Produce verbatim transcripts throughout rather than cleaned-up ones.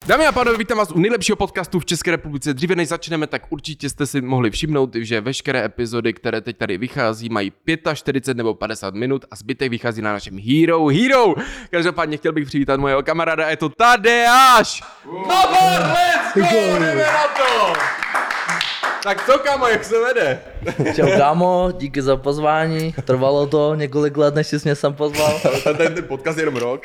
Dámy a pánové, vítám vás u nejlepšího podcastu v České republice. Dříve než začneme, tak určitě jste si mohli všimnout, že veškeré epizody, které teď tady vychází, mají čtyřicet pět nebo padesát minut a zbytek vychází na našem Hero Hero. Každopádně chtěl bych přivítat mojeho kamaráda, je to Tadeáš! Mavor, let's go, jdeme na to! Tak co, kámo, jak se vede? Čau, kámo, díky za pozvání. Trvalo to několik let, než jsi mě sám pozval. Ten, ten podcast je jenom rok.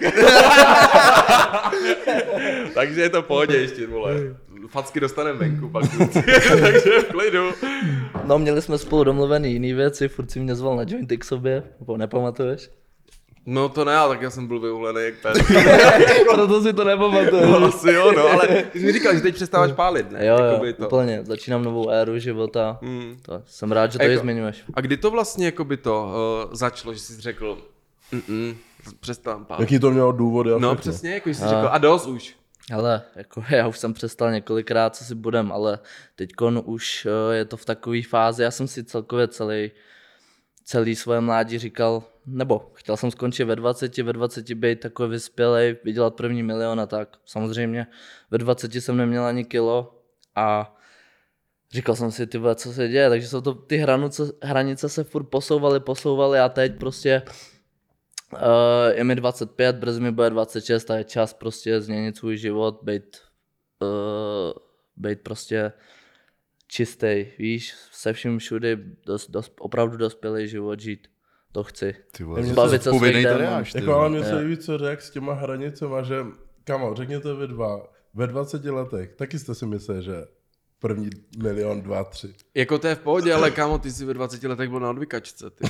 Takže je to v pohodě ještě, vole. Facky dostaneme venku, pak takže v klidu. No, měli jsme spolu domluvený jiný věci, furt si mě zval na jointy k sobě, nepamatuješ? No to ne, tak já jsem byl vyuhlený jak pen. Proto si to nepamatuješ. No asi jo, no, ale ty jsi mi říkal, že teď přestáváš pálit, ne? Jo, jo, to. Úplně, začínám novou éru života, hmm. to jsem rád, že to jako, i zmiňuješ. A kdy to vlastně jakoby to uh, začalo, že jsi řekl, mm přestávám pálit? Jaký to mělo důvody? No všechno? Přesně, jako jsi a... řekl, a dost už. Ale jako já už jsem přestal několikrát, co si budem, ale teďkon už uh, je to v takové fázi, já jsem si celkově celý, celý svoje mládí říkal, nebo chtěl jsem skončit ve dvaceti, ve dvaceti být takový vyspělej, vydělat první milion a tak. Samozřejmě ve dvaceti jsem neměl ani kilo a říkal jsem si, ty vole, co se děje, takže jsou to ty hranice, hranice se furt posouvaly, posouvaly a teď prostě uh, je mi dvacet pět, brzy mi bude dvacet šest a je čas prostě změnit svůj život, být, uh, být prostě čistý, víš, se vším všudy, dost, dost, opravdu dospělý život žít. To chci. Zbavit se svých démonů. Jako ale mě se líbí, co řekl s těma hranicema, že kamo, řekněte vy dva, ve dvaceti letech, taky jste si mysleli, že první milion, dva, tři. Jako to je v pohodě, ale kámo, ty jsi ve dvaceti letech byl na odvykačce, ty.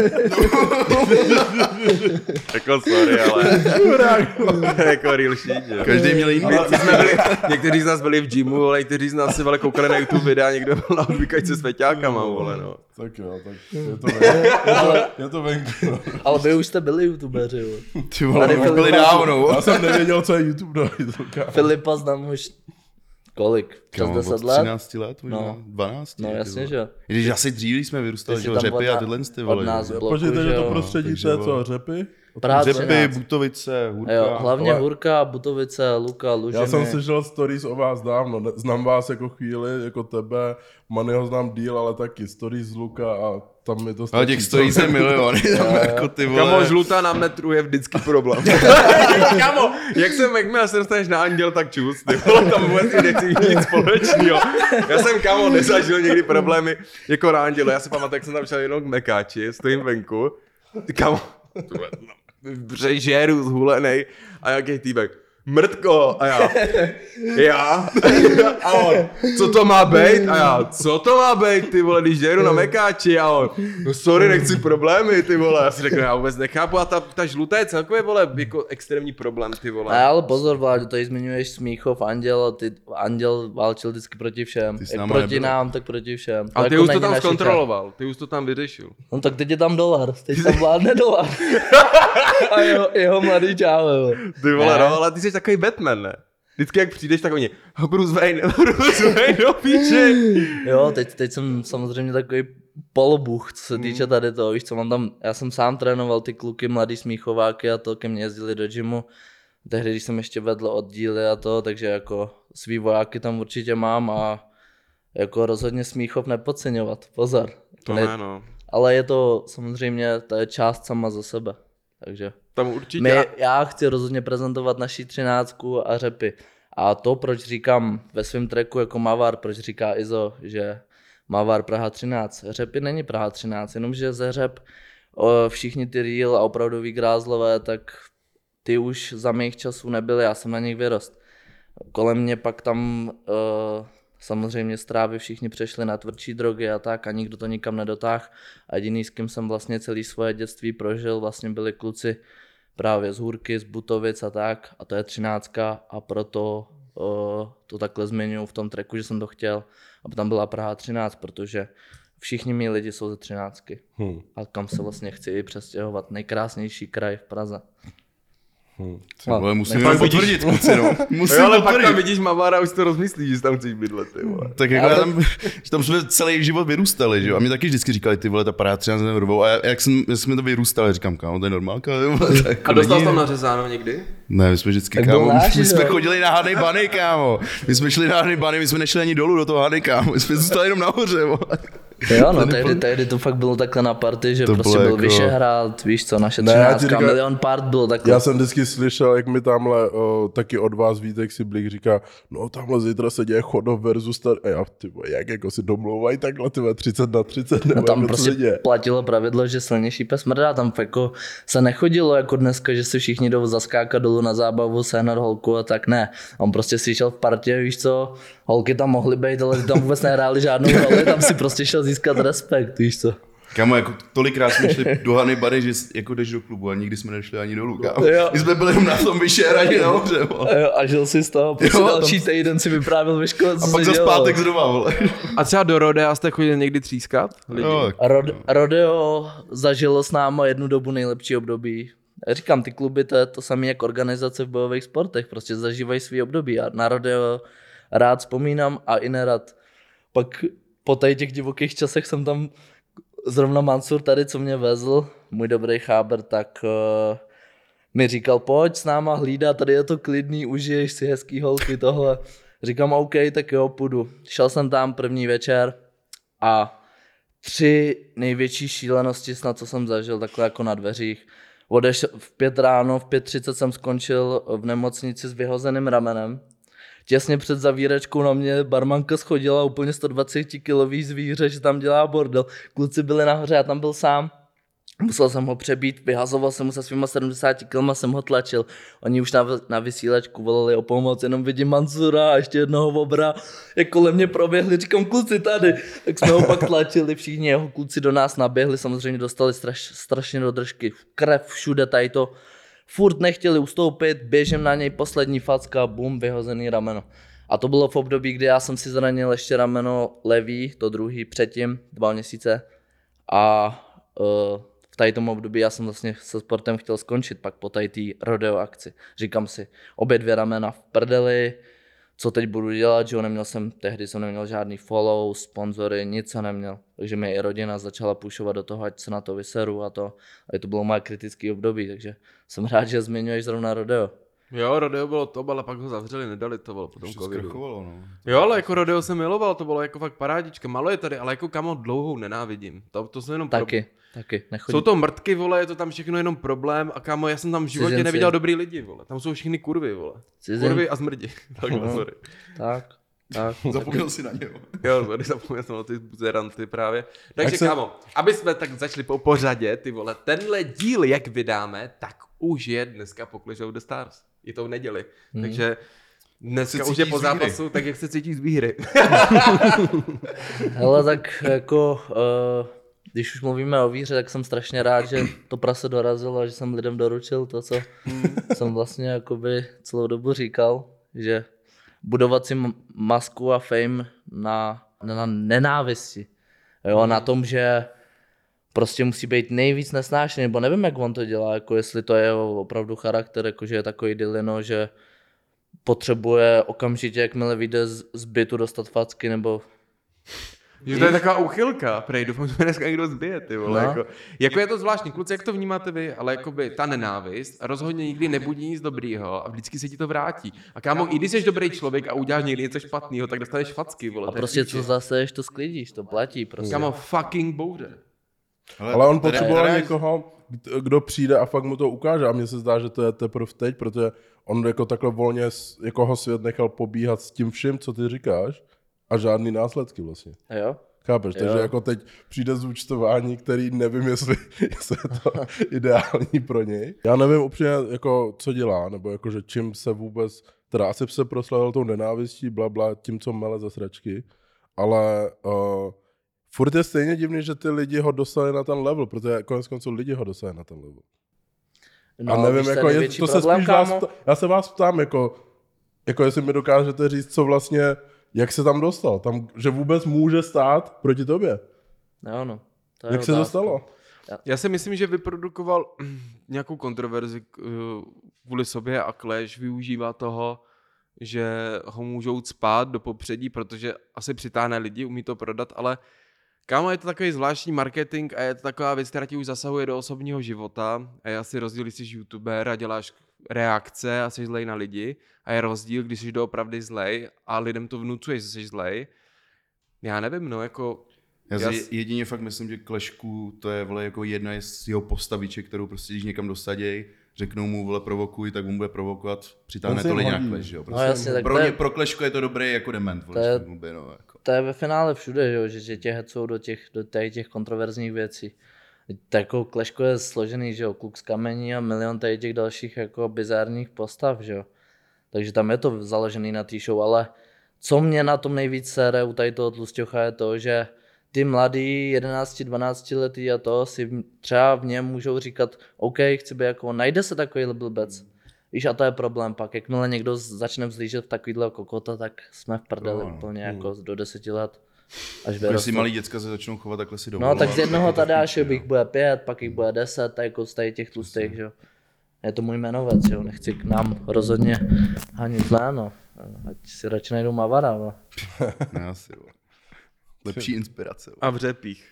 Jako sorry, ale jako real shit, jo. Každý měl jiný věc. Někteří z nás byli v gymu, ale někteří z nás si vole koukali na YouTube videa, někdo byl na odvykačce s feťákama, vole, no. Tak jo, tak je to venku. Je to, je to venku, no. Ale vy už jste byli youtubeři, jo. Ty vole, už byli dávno. Já jsem nevěděl, co je YouTube, no. Filipa znám už kolik? Přes deset let? třináct let, možná no. dvanáct. No jasně, že. I když asi dřív jsme vyrůstali, že řepy a tyhle ty vole. Počkejte, že to prostředí, co je co, řepy? Řepy, Butovice, Hurka. Jo, hlavně ale... Hurka, Butovice, Luka, Lužiny. Já jsem slyšel stories o vás dávno, znám vás jako chvíli, jako tebe, Manyho znám díl, ale taky stories z Luka a tam mi to stačí. Ale těch stojí se miliony, jako ty vole. Kamo, žlutá na metru je vždycky problém. Kamo, jak jsem jakmile se dostaneš na anděl, tak čus, ty vole, tam vůbec nechci nic společného. Já jsem, kamo, nezažil někdy problémy jako na andělu, já si pamatuju, jak jsem tam šel jenom k mekáči, stojím venku, kamo, žeru zhulenej a jaký týpek. Mrtko, a já, já, a on, co to má být, a já, co to má být, ty vole, když žeru na mekáči, a on, no sorry, nechci problémy, ty vole, já si řeknu, já vůbec nechápu, a ta, ta žlutá je celkově, vole, jako extrémní problém, ty vole. Ne, ale pozor, Vláďo, tady zmiňuješ Smíchov, Anděl, ty, Anděl válčil vždycky proti všem, jak proti nebyl. Nám, tak proti všem. A ty jako už to tam zkontroloval, ty už to tam vyřešil. No tak teď je tam dolar, teď tam vládne dolar. A jeho, jeho mladý čáve, ty vole, no, ale ty jsi takový Batman, ne? Vždycky jak přijdeš, tak oni, Bruce Wayne, Bruce Wayne, do píči. Jo, teď, teď jsem samozřejmě takový polobuch, co se týče tady toho, víš co, mám tam, já jsem sám trénoval ty kluky, mladý smíchováky a to ke mně jezdili do gymu, tehdy, když jsem ještě vedl oddíly a to, takže jako svý vojáky tam určitě mám a jako rozhodně Smíchov nepodceňovat, pozor. To ne, ne no. Ale je to samozřejmě, to je část sama za sebe, takže. Tam určitě. My, já chci rozhodně prezentovat naší třináctku a řepy. A to, proč říkám ve svém tracku jako Mavar, proč říká Izo, že Mavar Praha třináct. Řepy není Praha třináct, jenomže ze řep o, všichni ty real a opravdový grázlové, tak ty už za mých časů nebyly, já jsem na nich vyrost. Kolem mě pak tam uh, samozřejmě strávy všichni přešli na tvrdší drogy a tak a nikdo to nikam nedotáhl. A jediný, s kým jsem vlastně celé svoje dětství prožil, vlastně byli kluci právě z Hůrky, z Butovic a tak, a to je třináctka a proto uh, to takhle zmiňuji v tom tracku, že jsem to chtěl, aby tam byla Praha třináct, protože všichni mý lidi jsou ze třináctky hmm. a kam se vlastně chci i přestěhovat, nejkrásnější kraj v Praze. Hmm. No, Ale musím nechci- to potvrdit, kluci, no. Musím Jo, ale pak tam potvrdit. vidíš Mavara a už si to rozmyslíš, že tam chceš bydlet, ty vole. Tak jako Ale- já tam, že tam jsme celý život vyrůstali, že jo? A mě taky vždycky říkali, ty vole, ta paráda třináct nervou. A já, jak, jsem, jak jsme to vyrůstali, říkám, kámo, to je normálka. To jako A dostal není- jsi tam nařezáno někdy? Ne, my jsme vždycky, Tak byl kámo, náš, my jsme jo. chodili na Honey Bunny, kámo. My jsme šli na Honey Bunny, my jsme nešli ani dolů do toho Honey, kámo. My jsme zůstali jenom nahoře, vole. Jo, no, To tehdy, nebylo- tehdy to fakt bylo takhle na party, že To prostě bylo byl jako- Vyšehrad, víš co, naše Ne, já ti třináctka, říkám- milion part bylo takhle. Já jsem vždycky slyšel, jak mi tamhle o, taky od vás Vítek Siblík říká, no tamhle zítra se děje Chodov versus tady. A já, ty vole, jak jako si domlouvají takhle, ty vole, třicet na třicet, nebo No tam jako, co se prostě děje? platilo pravidlo, že silnější pes mrdá, tam jako se nechodilo jako dneska, že si všichni jdou zaskákat dolů na zábavu, sehnat holku a tak ne. On prostě si šel v partě, víš co, holky tam mohly být, ale tam vůbec nehráli žádnou roli, tam si prostě šel získat respekt, víš co. Kámo, jako tolikrát jsme šli do Honey Bunny, že jako jdeš do klubu a nikdy jsme nešli ani dolů, kámo. Jo. My jsme byli jenom na tom Vyšehradě nahoře, vole. A, jo, a žil si z toho, prostě Jo, další tam- týden si vyprávěl ve škole, co A se pak za dělo. zpátek znova, vole. A třeba do Rodea jste chodili někdy třískat? Lidi? Jo, tak. Rod, Rodeo zažilo s náma jednu dobu nejlepší období. Já říkám, ty kluby, to je to samé jako organizace v bojových sportech, prostě zažívají svý období. A na Rodeo rád vzpomínám a i nerad. Pak po tady těch divokých časech jsem tam, zrovna Mansur tady, co mě vezl, můj dobrý cháber, tak uh, mi říkal, pojď s náma hlídat, tady je to klidný, užiješ si hezký holky, tohle. Říkám, OK, tak jo, půjdu. Šel jsem tam první večer a tři největší šílenosti, snad co jsem zažil, takhle jako na dveřích. Odešel v pět ráno, v pět třicet jsem skončil v nemocnici s vyhozeným ramenem. Těsně před zavíračkou na mě barmanka schodila úplně sto dvacet kilový zvíře, že tam dělá bordel. Kluci byli nahoře, já tam byl sám. Musel jsem ho přebít, vyhazoval jsem mu se svýma sedmdesáti kilama, jsem ho tlačil. Oni už na, na vysílačku volali o pomoc, jenom vidím Mansura a ještě jednoho obra, jak kolem mě proběhli, říkám kluci tady. Tak jsme ho pak tlačili, všichni jeho kluci do nás naběhli, samozřejmě dostali straš, strašně do držky, krev všude tady to. Furt nechtěli ustoupit, běžím na něj, poslední facka, bum, vyhozený rameno. A to bylo v období, kdy já jsem si zranil ještě rameno levý, to druhý předtím, dva měsíce. A uh, v tady tom období já jsem vlastně se sportem chtěl skončit, pak po tady té rodeo akci. Říkám si, obě dvě ramena v prdeli, co teď budu dělat, že jo, neměl jsem, tehdy jsem neměl žádný follow, sponzory, nic jsem neměl. Takže mě i rodina začala pušovat do toho, ať se na to vyseru a to. A to bylo moje kritické období, takže jsem rád, že zmiňuješ zrovna rodeo. Jo, Rodeo bylo to, ale pak ho zavřeli, nedali to, bylo potom To covidu. zkrachovalo, no. Jo, ale jako Rodeo jsem miloval, to bylo jako fakt parádička. Malo je tady, ale jako kamo dlouhou nenávidím. To, to jsou jenom Taky, pro... taky, nechodí. Jsou to mrtky, vole, je to tam všechno jenom problém a kámo, já jsem tam v životě Cizinci. neviděl dobrý lidi, vole. Tam jsou všechny kurvy, vole. Cizin. Kurvy a zmrdi. Takhle, No. sorry. Tak, tak. Zapomněl si na něho. Jo, sorry, zapomněl jsem na ty buzeranty právě. Takže Jak se- kámo, aby jsme tak začali po pořadě, ty vole, tenhle díl, jak vydáme, tak už je dneska po Clash of the Stars. Je to v neděli. Mhm. Takže dneska Se už je cítíš po z výhry. zápasu, tak jak se cítíš z výhry. Hele, tak jako, uh, když už mluvíme o víře, tak jsem strašně rád, že to prase dorazilo a že jsem lidem doručil to, co jsem vlastně jakoby celou dobu říkal, že budovat si m- masku a fame na, na nenávisti. Jo, na tom, že prostě musí být nejvíc nesnášený, nebo nevím, jak on to dělá, jako jestli to je opravdu charakter, jakože je takový dilino, že potřebuje okamžitě, jakmile vyjde z, z bytu, dostat facky, nebo Že to je taková uchylka, prej, doufám, že mě dneska někdo zbije, ty vole. No. Jako, jako je to zvláštní, kluci, jak to vnímáte vy, ale jakoby ta nenávist rozhodně nikdy nebudí nic dobrýho a vždycky se ti to vrátí. A kámo, i když jsi dobrý člověk a uděláš někdy něco špatného, tak dostaneš facky, vole. a to je prostě píči. co zase, to sklidíš, to platí prostě. Kámo, fucking bouře. Ale on teda- potřeboval teda- někoho, kdo přijde a fakt mu to ukáže. A mně se zdá, že to je teprve teď, protože on jako takhle volně s- jako ho svět nechal pobíhat s tím vším, co ty říkáš a žádný následky vlastně. Jo? Chápeš? Jo. Takže jako teď přijde zúčtování, který nevím, jestli, jestli je to ideální pro něj. Já nevím úplně, jako, co dělá, nebo jako, že čím se vůbec, teda asi se proslavil tou nenávistí, bla, bla, tím, co mele za sračky, ale uh, furt je stejně divný, že ty lidi ho dostali na ten level, protože konec konců lidi ho dostali na ten level. No, A nevím, víš, jako, ten je, největší to se problém, spíš vás, kámo? pta- já se vás ptám, jako, jako jestli mi dokážete říct, co vlastně, jak se tam dostal, tam, že vůbec může stát proti tobě. Jo, no. To je Jak se otázka. to stalo? Já si myslím, že vyprodukoval nějakou kontroverzi k- kvůli sobě a Clash využívá toho, že ho můžou cpát do popředí, protože asi přitáhne lidi, umí to prodat, ale kámo, je to takový zvláštní marketing a je to taková věc, která ti už zasahuje do osobního života a je asi rozdíl, když jsi youtuber a děláš reakce a jsi zlej na lidi a je rozdíl, když jsi doopravdy zlej a lidem to vnucuješ, že jsi zlej. Já nevím, no, jako... Já Já si s- jedině fakt myslím, že Klešku to je vole jako jedna z jeho postaviček, kterou prostě když někam dosaděj, řeknou mu vole provokuj, tak on bude provokovat, přitáhne On se to jim lidi na hodí. Clash, jo. No Prostě jasně, tak pro, to ně, je, pro Klešku je to dobrý jako dement, vole, To je- že tak blbě, no, jako. to je ve finále všude, že, jo, že, že tě hecou do těch, do těch, těch kontroverzních věcí. Tak jako Clashko je složený, že jo, kluk z kamení a milion tady těch dalších jako bizárních postav, že jo. Takže tam je to založený na té show, ale co mě na tom nejvíc sere u tady toho tlusťocha je to, že ty mladý jedenáct dvanáct letý a to si v- třeba v něm můžou říkat OK, chci být jako on, najde se takovýhle blbec. Víš, a to je problém pak, jakmile někdo z- začne vzlížet v takovýhle kokota, tak jsme v prdeli No, no. úplně jako do deseti let, až Jako jestli vyrostou. malí děcka se začnou chovat takhle si dovolovat. No tak z jednoho je to v Tadeáše píči, bych no. bude pět, pak jich bude deset, tak jako z tady těch tlustých, že jo. Je to můj jmenovec, jo, nechci k nám rozhodně hanit zlé, no. Ať si radši najdou Mavara, no. No, asi, vole. Lepší inspirace. vole. A v řepích.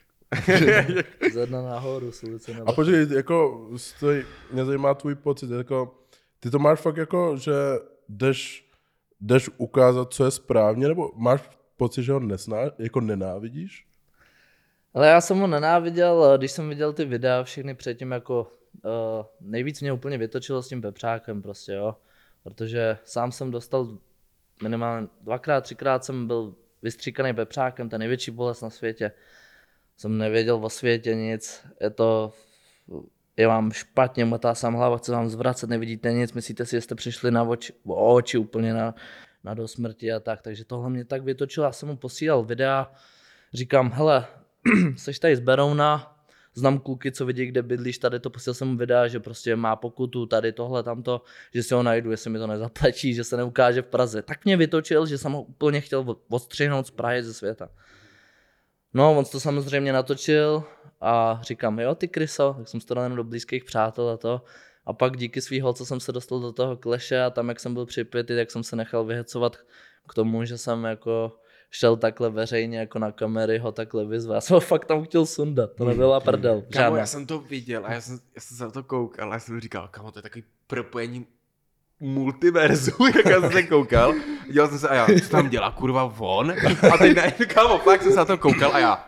Z jedna nahoru, z ulice A nebo... počkej, jako, stoj, mě zajímá tvůj pocit, jako, ty to máš fakt jako, že jdeš, jdeš ukázat, co je správně, nebo máš pocit, že ho nesná, jako nenávidíš? Ale já jsem ho nenáviděl, když jsem viděl ty videa všechny předtím, jako uh, nejvíc mě úplně vytočilo s tím pepřákem prostě, jo. Protože sám jsem dostal minimálně dvakrát, třikrát jsem byl vystříkaný pepřákem, ten největší bolest na světě. Jsem nevěděl o světě nic, je to, je vám špatně, motá sám hlava, chce vám zvracet, nevidíte nic, myslíte si, že jste přišli na oči, o oči úplně na, na do smrti a tak, takže tohle mě tak vytočilo, já jsem mu posílal videa, říkám, hele, seš tady z Berouna, znám kluky, co vidí, kde bydlíš, tady to posílal jsem mu videa, že prostě má pokutu, tady tohle, tamto, že si ho najdu, jestli mi to nezaplatí, že se neukáže v Praze. Tak mě vytočil, že jsem ho úplně chtěl odstřihnout z Prahy ze světa. No, on to samozřejmě natočil a říkám, jo ty kryso, tak jsem to dal jenom do blízkých přátel a to. A pak díky svý holce jsem se dostal do toho Clashe a tam, jak jsem byl připětý, tak jsem se nechal vyhecovat k tomu, že jsem jako šel takhle veřejně jako na kamery, ho takhle vyzval. Já jsem ho fakt tam chtěl sundat, to nebyla prdel. Kámo, Žádná. já jsem to viděl a já jsem, já jsem se na to koukal a já jsem říkal, kámo, to je takový propojení multiverzu, jak já jsem se koukal. Dělal jsem se a já, co tam dělá kurva on? A teď ne, kámo, fakt jsem se na to koukal a já.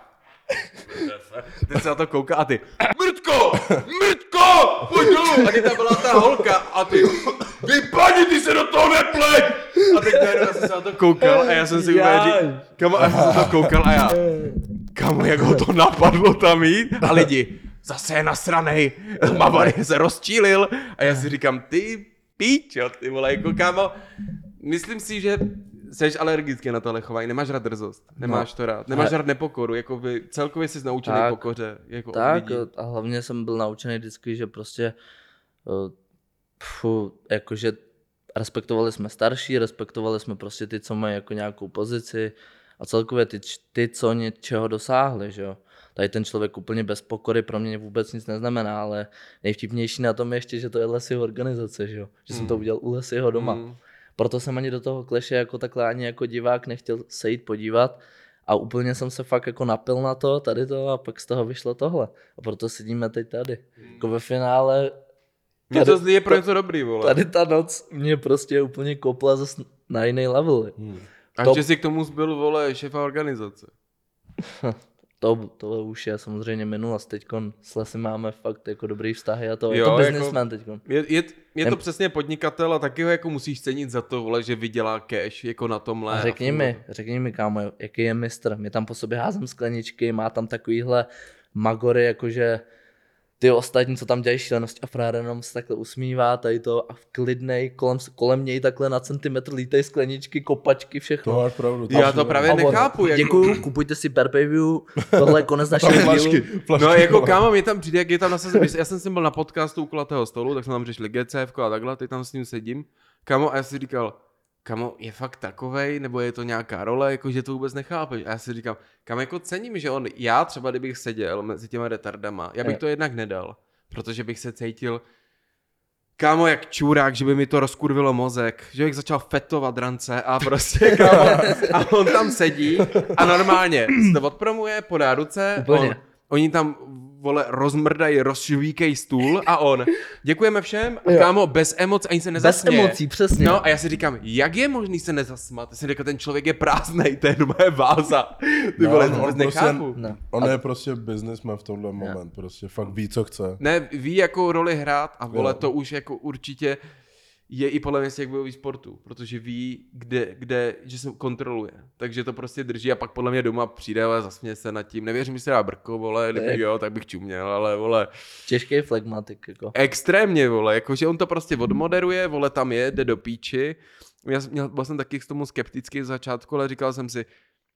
Teď se na to koukal a ty, Mrtko, Mrtko, pojď dolů. A teď tam byla ta holka a ty, vypadni, ty se do toho nepleť. A teď najednou já jsem se na to koukal a já jsem si úplně říkal, kámo, a já jsem se na to koukal a já, kámo, jak ho to napadlo tam jít? A lidi, zase je nasranej, Mavary se rozčílil. A já si říkám, ty píčo, ty vole, jako kámo, myslím si, že jsi alergický na tohle chování, nemáš rád drzost, nemáš to rád, nemáš rád nepokoru, jako by celkově jsi naučený Tak, pokoře, jako od Tak lidí. a hlavně jsem byl naučený vždycky, že prostě uh, pfu, jakože respektovali jsme starší, respektovali jsme prostě ty, co mají jako nějakou pozici a celkově ty, ty co něčeho dosáhli, že jo. Tady ten člověk úplně bez pokory pro mě vůbec nic neznamená, ale nejvtipnější na tom je ještě, že to je Lesieho organizace, že jo. Že jsem to udělal u Lesieho doma. Mm. Proto jsem ani do toho Clashe jako takhle ani jako divák nechtěl se jít podívat a úplně jsem se fakt jako napil na to, tady to a pak z toho vyšlo tohle. A proto sedíme teď tady. Jako ve finále Mě to zlí je pro něco dobrý, vole. tady ta noc mě prostě úplně kopla zase na jiný level. Hmm. A to- ještě si k tomu zbyl, vole, šéfa organizace. To, to už je samozřejmě minulost, teďkon s Lesy máme fakt jako dobrý vztahy a to je Jo, to jako- businessman teďkon. Je, je, je to Nem- přesně podnikatel a taky ho jako musíš cenit za to, vole, že vydělá cash jako na tomhle. A řekni a mi, řekni mi kámo, jaký je mistr, my tam po sobě házím skleničky, má tam takovýhle magory, jakože ty ostatní, co tam dělají šílenosti a frár jenom se takhle usmívá, tady to a v klidnej, kolem, kolem něj takhle na centimetr lítají skleničky, kopačky, všechno. To máš pravdu. Já to právě A on, nechápu. Jako... Děkuju, kupujte si per pay-view, tohle je konec našeho Flašky, dílu. flašky, No jako vole. kámo, mě tam přijde, jak je tam nasazený. Já jsem si byl na podcastu u kulatého stolu, tak jsme tam řešili G C F a takhle, teď tam s ním sedím. Kámo, a já si říkal, kamo, je fakt takovej, nebo je to nějaká role, jako že to vůbec nechápeš. A já si říkám, kam jako cením, že on, já třeba kdybych seděl mezi těma retardama, já bych Je. to jednak nedal, protože bych se cítil, kámo, jak čurák, že by mi to rozkurvilo mozek, že bych začal fetovat rance a prostě, kámo, a on tam sedí a normálně se to odpromuje, podá ruce, Úplně. on, oni tam, vole, rozmrdají, rozšvíkej stůl a on, děkujeme všem a Jo. kámo, bez emocí, ani se Bez nezasměje. emocí, přesně. No a já si říkám, jak je možný se nezasmat? Já si říkám, ten člověk je prázdnej, to je moje váza. Ty No, vole, on to vůbec prostě- nechápu. No. On je prostě businessman v tomhle moment, prostě fakt ví, co chce. Ne, ví, jakou roli hrát a vole, Jo. to už jako určitě je i podle mě z těch bojových sportů, protože ví, kde, kde, že se kontroluje. Takže to prostě drží a pak podle mě doma přijde, ale zasměje se nad tím. Nevěřím, že se dá brko, vole, kdyby jo, tak bych čuměl, ale vole, Těžký flegmatik, jako. extrémně, vole, jakože on to prostě odmoderuje, vole, tam je, jde do píči. Já jsem, měl, byl jsem taky k tomu skeptický z začátku, ale říkal jsem si,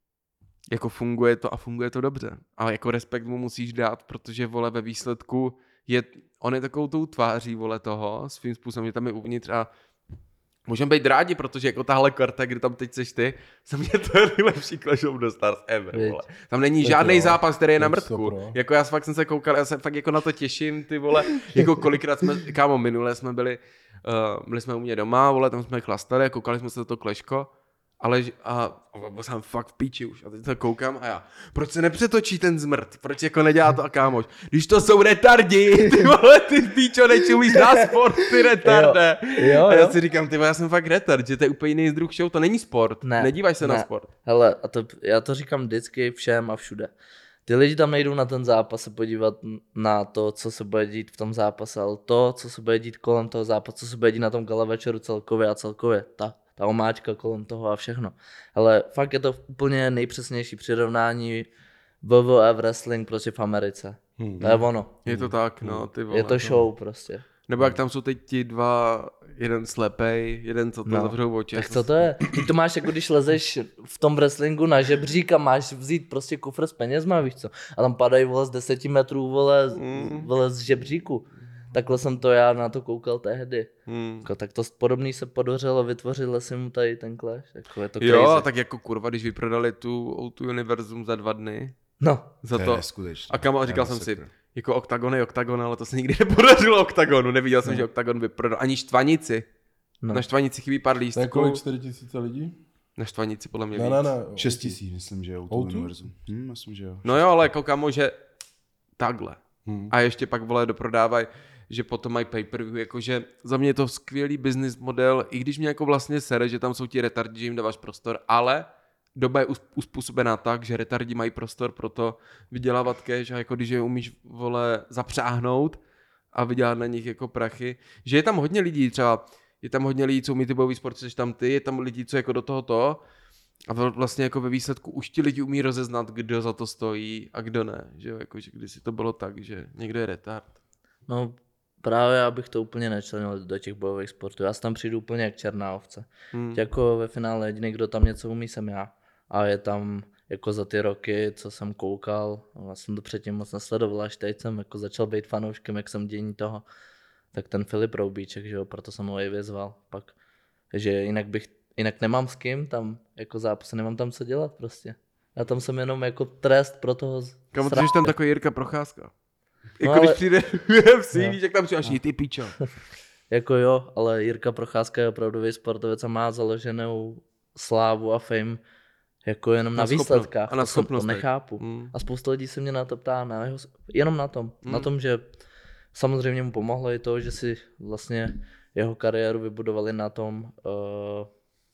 jako funguje to a funguje to dobře. Ale jako respekt mu musíš dát, protože, vole, ve výsledku je, on je takovou tou tváří, vole, toho, svým způsobem, že tam je uvnitř a můžeme být rádi, protože jako tahle karta, kde tam teď seš ty, za mě to je nejlepší Clash of the Stars ever, Viď. vole. Tam není Tak žádný jo. zápas, který je na Tak mrtku. super. Jako já fakt jsem se koukal, já se fakt jako na to těším, ty vole, jako kolikrát jsme, kámo, minule jsme byli, uh, byli jsme u mě doma, vole, tam jsme chlastali a koukali jsme se na to kleško, ale ž- a, a byl jsem fakt v píči už a teď se koukám a já, proč se nepřetočí ten zmrt, proč jako nedělá to a kámoš, když to jsou retardi, ty vole, ty píčo, nečumíš na sport, ty retarde. Jo, A já jo. si říkám, ty vole, já jsem fakt retard, že to je úplně jiný druh show, to není sport, Ne, nedívaj se ne. na sport. Hele, a to, já to říkám vždycky všem a všude. Ty lidi tam nejdou na ten zápas se podívat na to, co se bude dít v tom zápase, ale to, co se bude dít kolem toho zápasu, co se bude dít na tom gala večeru celkově a celkově, ta, ta omáčka kolem toho a všechno. Ale fakt je to úplně nejpřesnější přirovnání W W E wrestling prostě v Americe. Hmm. To je ono. Je to tak, no, ty vole. Je to show prostě. Nebo jak tam jsou teď ti dva, jeden slepej, jeden co to No. zavřou oči. Tak co to je? Ty to máš jako když lezeš v tom wrestlingu na žebřík a máš vzít prostě kufr s penězma, víš co? A tam padají vole z deseti metrů vole, Mm. vole z žebříku. Takhle jsem to já na to koukal tehdy. Hmm. Jako, tak to podobný se podařilo, vytvořili si mu tady ten Clash. Jako je to crazy. Jo, tak jako kurva, když vyprodali tu O dva Univerzum za dva dny, No, za To to. je skutečně. A kam, To je říkal jsem si, masakr. jako Oktagon je Oktagon, ale to se nikdy nepodařilo Oktagonu. Neviděl jsem, že Oktagon vyprodal. Ani Štvanici. no. Na Štvanici chybí pár To je lístků. kolik, čtyři tisíce lidí? Na Štvanici podle mě Ne, víc. ne, ne. Šest tisíc, myslím, že jo, O to dva? univerzum. Hm, myslím, že jo. No jo, ale jako kamo, že takhle. Hmm. A ještě pak, vole, doprodávají, že potom mají pay-per-view, jakože za mě je to skvělý business model, i když mě jako vlastně sere, že tam jsou ti retardi, že jim dáváš prostor, ale doba je us- uspůsobená tak, že retardi mají prostor pro to vydělávat cash a jako když je umíš, vole, zapřáhnout a vydělat na nich jako prachy, že je tam hodně lidí, třeba je tam hodně lidí, co umí ty bojový sport, což tam ty, je tam lidí, co jako do toho to a vl- vlastně jako ve výsledku už ti lidi umí rozeznat, kdo za to stojí a kdo ne, že jo, jakože kdysi to bylo tak, že někdo je retard. no právě já bych to úplně nečlenil do těch bojových sportů. Já si tam přijdu úplně jak černá ovce. Hmm. Jako ve finále jediný, kdo tam něco umí, jsem já. A je tam jako za ty roky, co jsem koukal, já jsem to předtím moc nesledoval, až teď jsem jako začal být fanouškem, jak jsem dění toho, tak ten Filip Roubíček, že jo, proto jsem ho i vyzval pak. že jinak bych, jinak nemám s kým tam jako zápasy, nemám tam co dělat prostě. Já tam jsem jenom jako trest pro toho Kamu, ty sra- jsi tam takový Jirka Procházka. No Jako když ale- přijde U F C, No. víš, jak tam přijáš, ty píčo. Jako jo, ale Jirka Procházka je opravdový sportovec a má založenou slávu a fame jako jenom na, Na na schopnost- výsledkách. a na to, jsem, to schopnostech. nechápu. Mm. A spousta lidí se mě na to ptá, na jeho, jenom na tom. Mm. Na tom, že samozřejmě mu pomohlo i to, že si vlastně jeho kariéru vybudovali na tom, uh,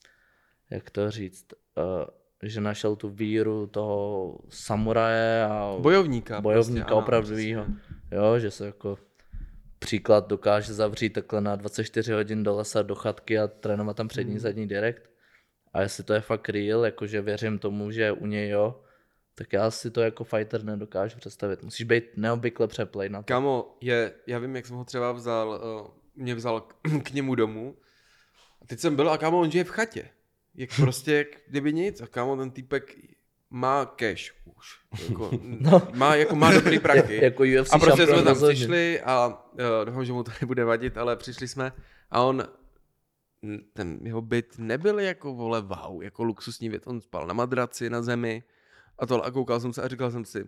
jak to říct, uh, že našel tu víru toho samuraje a Bojovníka. bojovníka prostě, ano, opravdovýho. přesně. Jo, že se jako příklad dokáže zavřít takhle na dvacet čtyři hodin do lesa, do chatky a trénovat tam přední, Hmm. zadní direkt. A jestli to je fakt real, jakože věřím tomu, že u něj jo, tak já si to jako fighter nedokážu představit. Musíš být neobvykle přeplej na to. Kámo, je, já vím, jak jsem ho třeba vzal, uh, mě vzal k, k němu domů. A teď jsem byl a kámo, on žije v chatě. Jak prostě, jak kdyby nic. A kámo, ten týpek má cash už. Jako, No. má, jako má dobrý prachy. jako U F C A prostě šampion jsme tam rozhodně. přišli a uh, doufám, že mu to nebude vadit, ale přišli jsme a on ten jeho byt nebyl jako, vole, wow, jako luxusní byt. On spal na madraci, na zemi a to a koukal jsem se a říkal jsem si,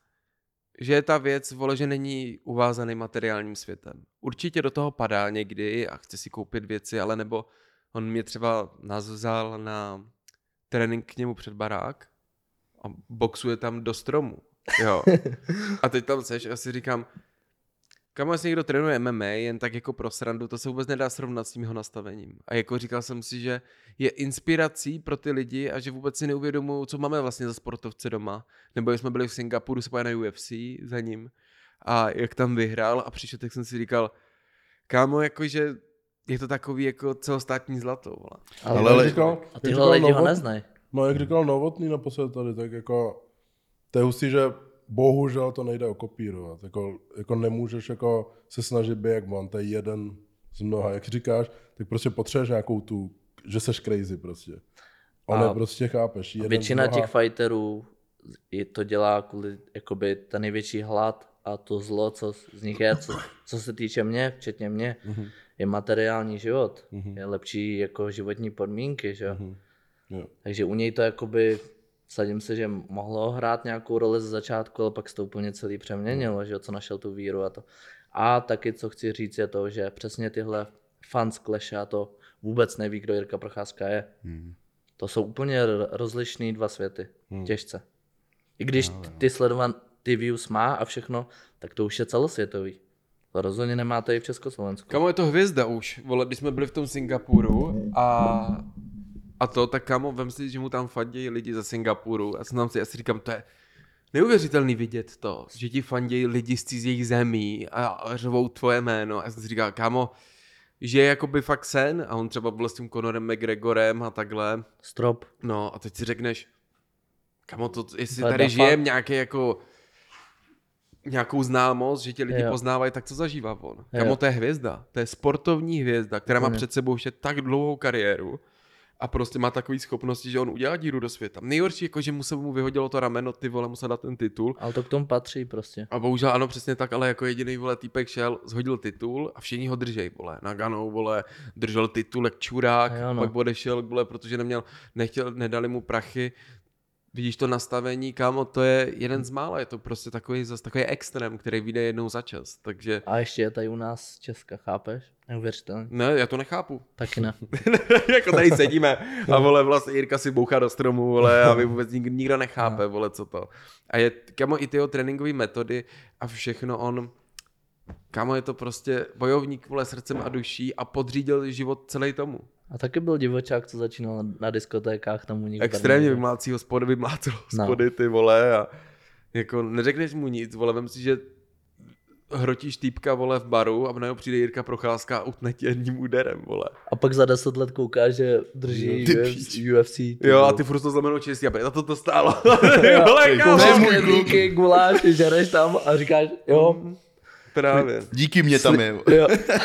že je ta věc, vole, že není uvázaný materiálním světem. Určitě do toho padá někdy a chce si koupit věci, ale nebo on mě třeba nás vzal na trénink k němu před barák a boxuje tam do stromu. Jo. A teď tam seš a si říkám, kam jestli někdo trénuje M M A jen tak jako pro srandu, to se vůbec nedá srovnat s tím jeho nastavením. A jako říkal jsem si, že je inspirací pro ty lidi a že vůbec si neuvědomují, co máme vlastně za sportovce doma. Nebo jsme byli v Singapuru, se na U F C za ním a jak tam vyhrál a přišel, tak jsem si říkal, kámo, jakože je to takový jako celostátní zlato. Vole. Ale, Ale ale jak říkal, a jak tyhle říkal lidi ho Novot- neznají. No, jak říkal Novotný naposled tady, tak jako to je hustý, že bohužel to nejde okopírovat. Jako, jako nemůžeš jako se snažit být jak on, to je jeden z mnoha. Jak říkáš, tak prostě potřebuješ nějakou tu, že seš crazy prostě. On A je prostě, chápeš. Jeden Většina z mnoha, těch fighterů je to dělá kvůli jakoby ten největší hlad a to zlo, co z nich je, co, co se týče mě, včetně mě, Mhm. je materiální život. Mhm. Je lepší jako životní podmínky, že jo. Mhm. Jo. Takže u něj to jakoby, sadím se, že mohlo hrát nějakou roli ze začátku, ale pak se to úplně celý přeměnilo, že jo, co našel tu víru a to. A taky, co chci říct, je to, že přesně tyhle fans Clash a to vůbec neví, kdo Jirka Procházka je. Hmm. To jsou úplně r- rozlišný dva světy. Hmm. Těžce. I když t- ty sledovan, ty views má a všechno, tak to už je celosvětový. To rozhodně nemáte i v Československu. Kamo, je to hvězda už. Vole, když jsme byli v tom Singapuru a, a to, tak kamo, vem si, že mu tam fandějí lidi ze Singapuru. A jsem tam si, já si říkám, to je neuvěřitelný vidět to, že ti fandějí lidi z cizích zemí a, a řvou tvoje jméno. A já jsem si říkal, kámo, že je jakoby fakt sen a on třeba byl s tím Conorem McGregorem a takhle. Strop. No a teď si řekneš, kamo, to, jestli Ale tady da žijem fakt. nějaký jako nějakou známost, že ti lidi Jo. poznávají, tak co zažívá on? Jo. Kamo, to je hvězda, to je sportovní hvězda, která má Úplně. před sebou ještě tak dlouhou kariéru a prostě má takové schopnosti, že on udělá díru do světa. Nejhorší jako, že mu se mu vyhodilo to rameno, ty vole, musel dát ten titul. Ale to k tomu patří prostě. A bohužel ano, přesně tak, ale jako jediný vole týpek šel, zhodil titul a všichni ho držej, vole. Naganou, vole, držel titul jak čurák, Jo, no. pak odešel, vole, protože neměl, nechtěl, nedali mu prachy. Vidíš to nastavení, kámo, to je jeden z mála, je to prostě takový, zase takový extrém, který vyjde jednou za čas, takže A ještě je tady u nás z Česka, chápeš? Neuvěřitelný. ne, já to nechápu. Taky ne. Jako tady sedíme a vole, vlastně Jirka si bouchá do stromu, vole, a vy vůbec nikdo, nikdo nechápe, vole, co to. A je, kámo, i ty jeho tréninkové metody a všechno on, kámo, je to prostě bojovník, vole, srdcem a duší a podřídil život celý tomu. A taky byl divočák, co začínal na- na diskotékách tam u nich. v Extrémně Brně. vymlácí hospody, vymlácel No. hospody, ty vole, a jako neřekneš mu nic, vole, vem si, že hrotíš týpka, vole, v baru a najednou přijde Jirka Procházka a utne tě jedním úderem, vole. A pak za deset let kouká, že drží Ty U F C. píč. U F C ty Jo, a vole. ty furt to zlomenou čistý a za to to stálo. Vole, kámo. to je můj Knedlíky, guláš, žereš tam a říkáš, jo, Právě. Díky mě tam je, jo.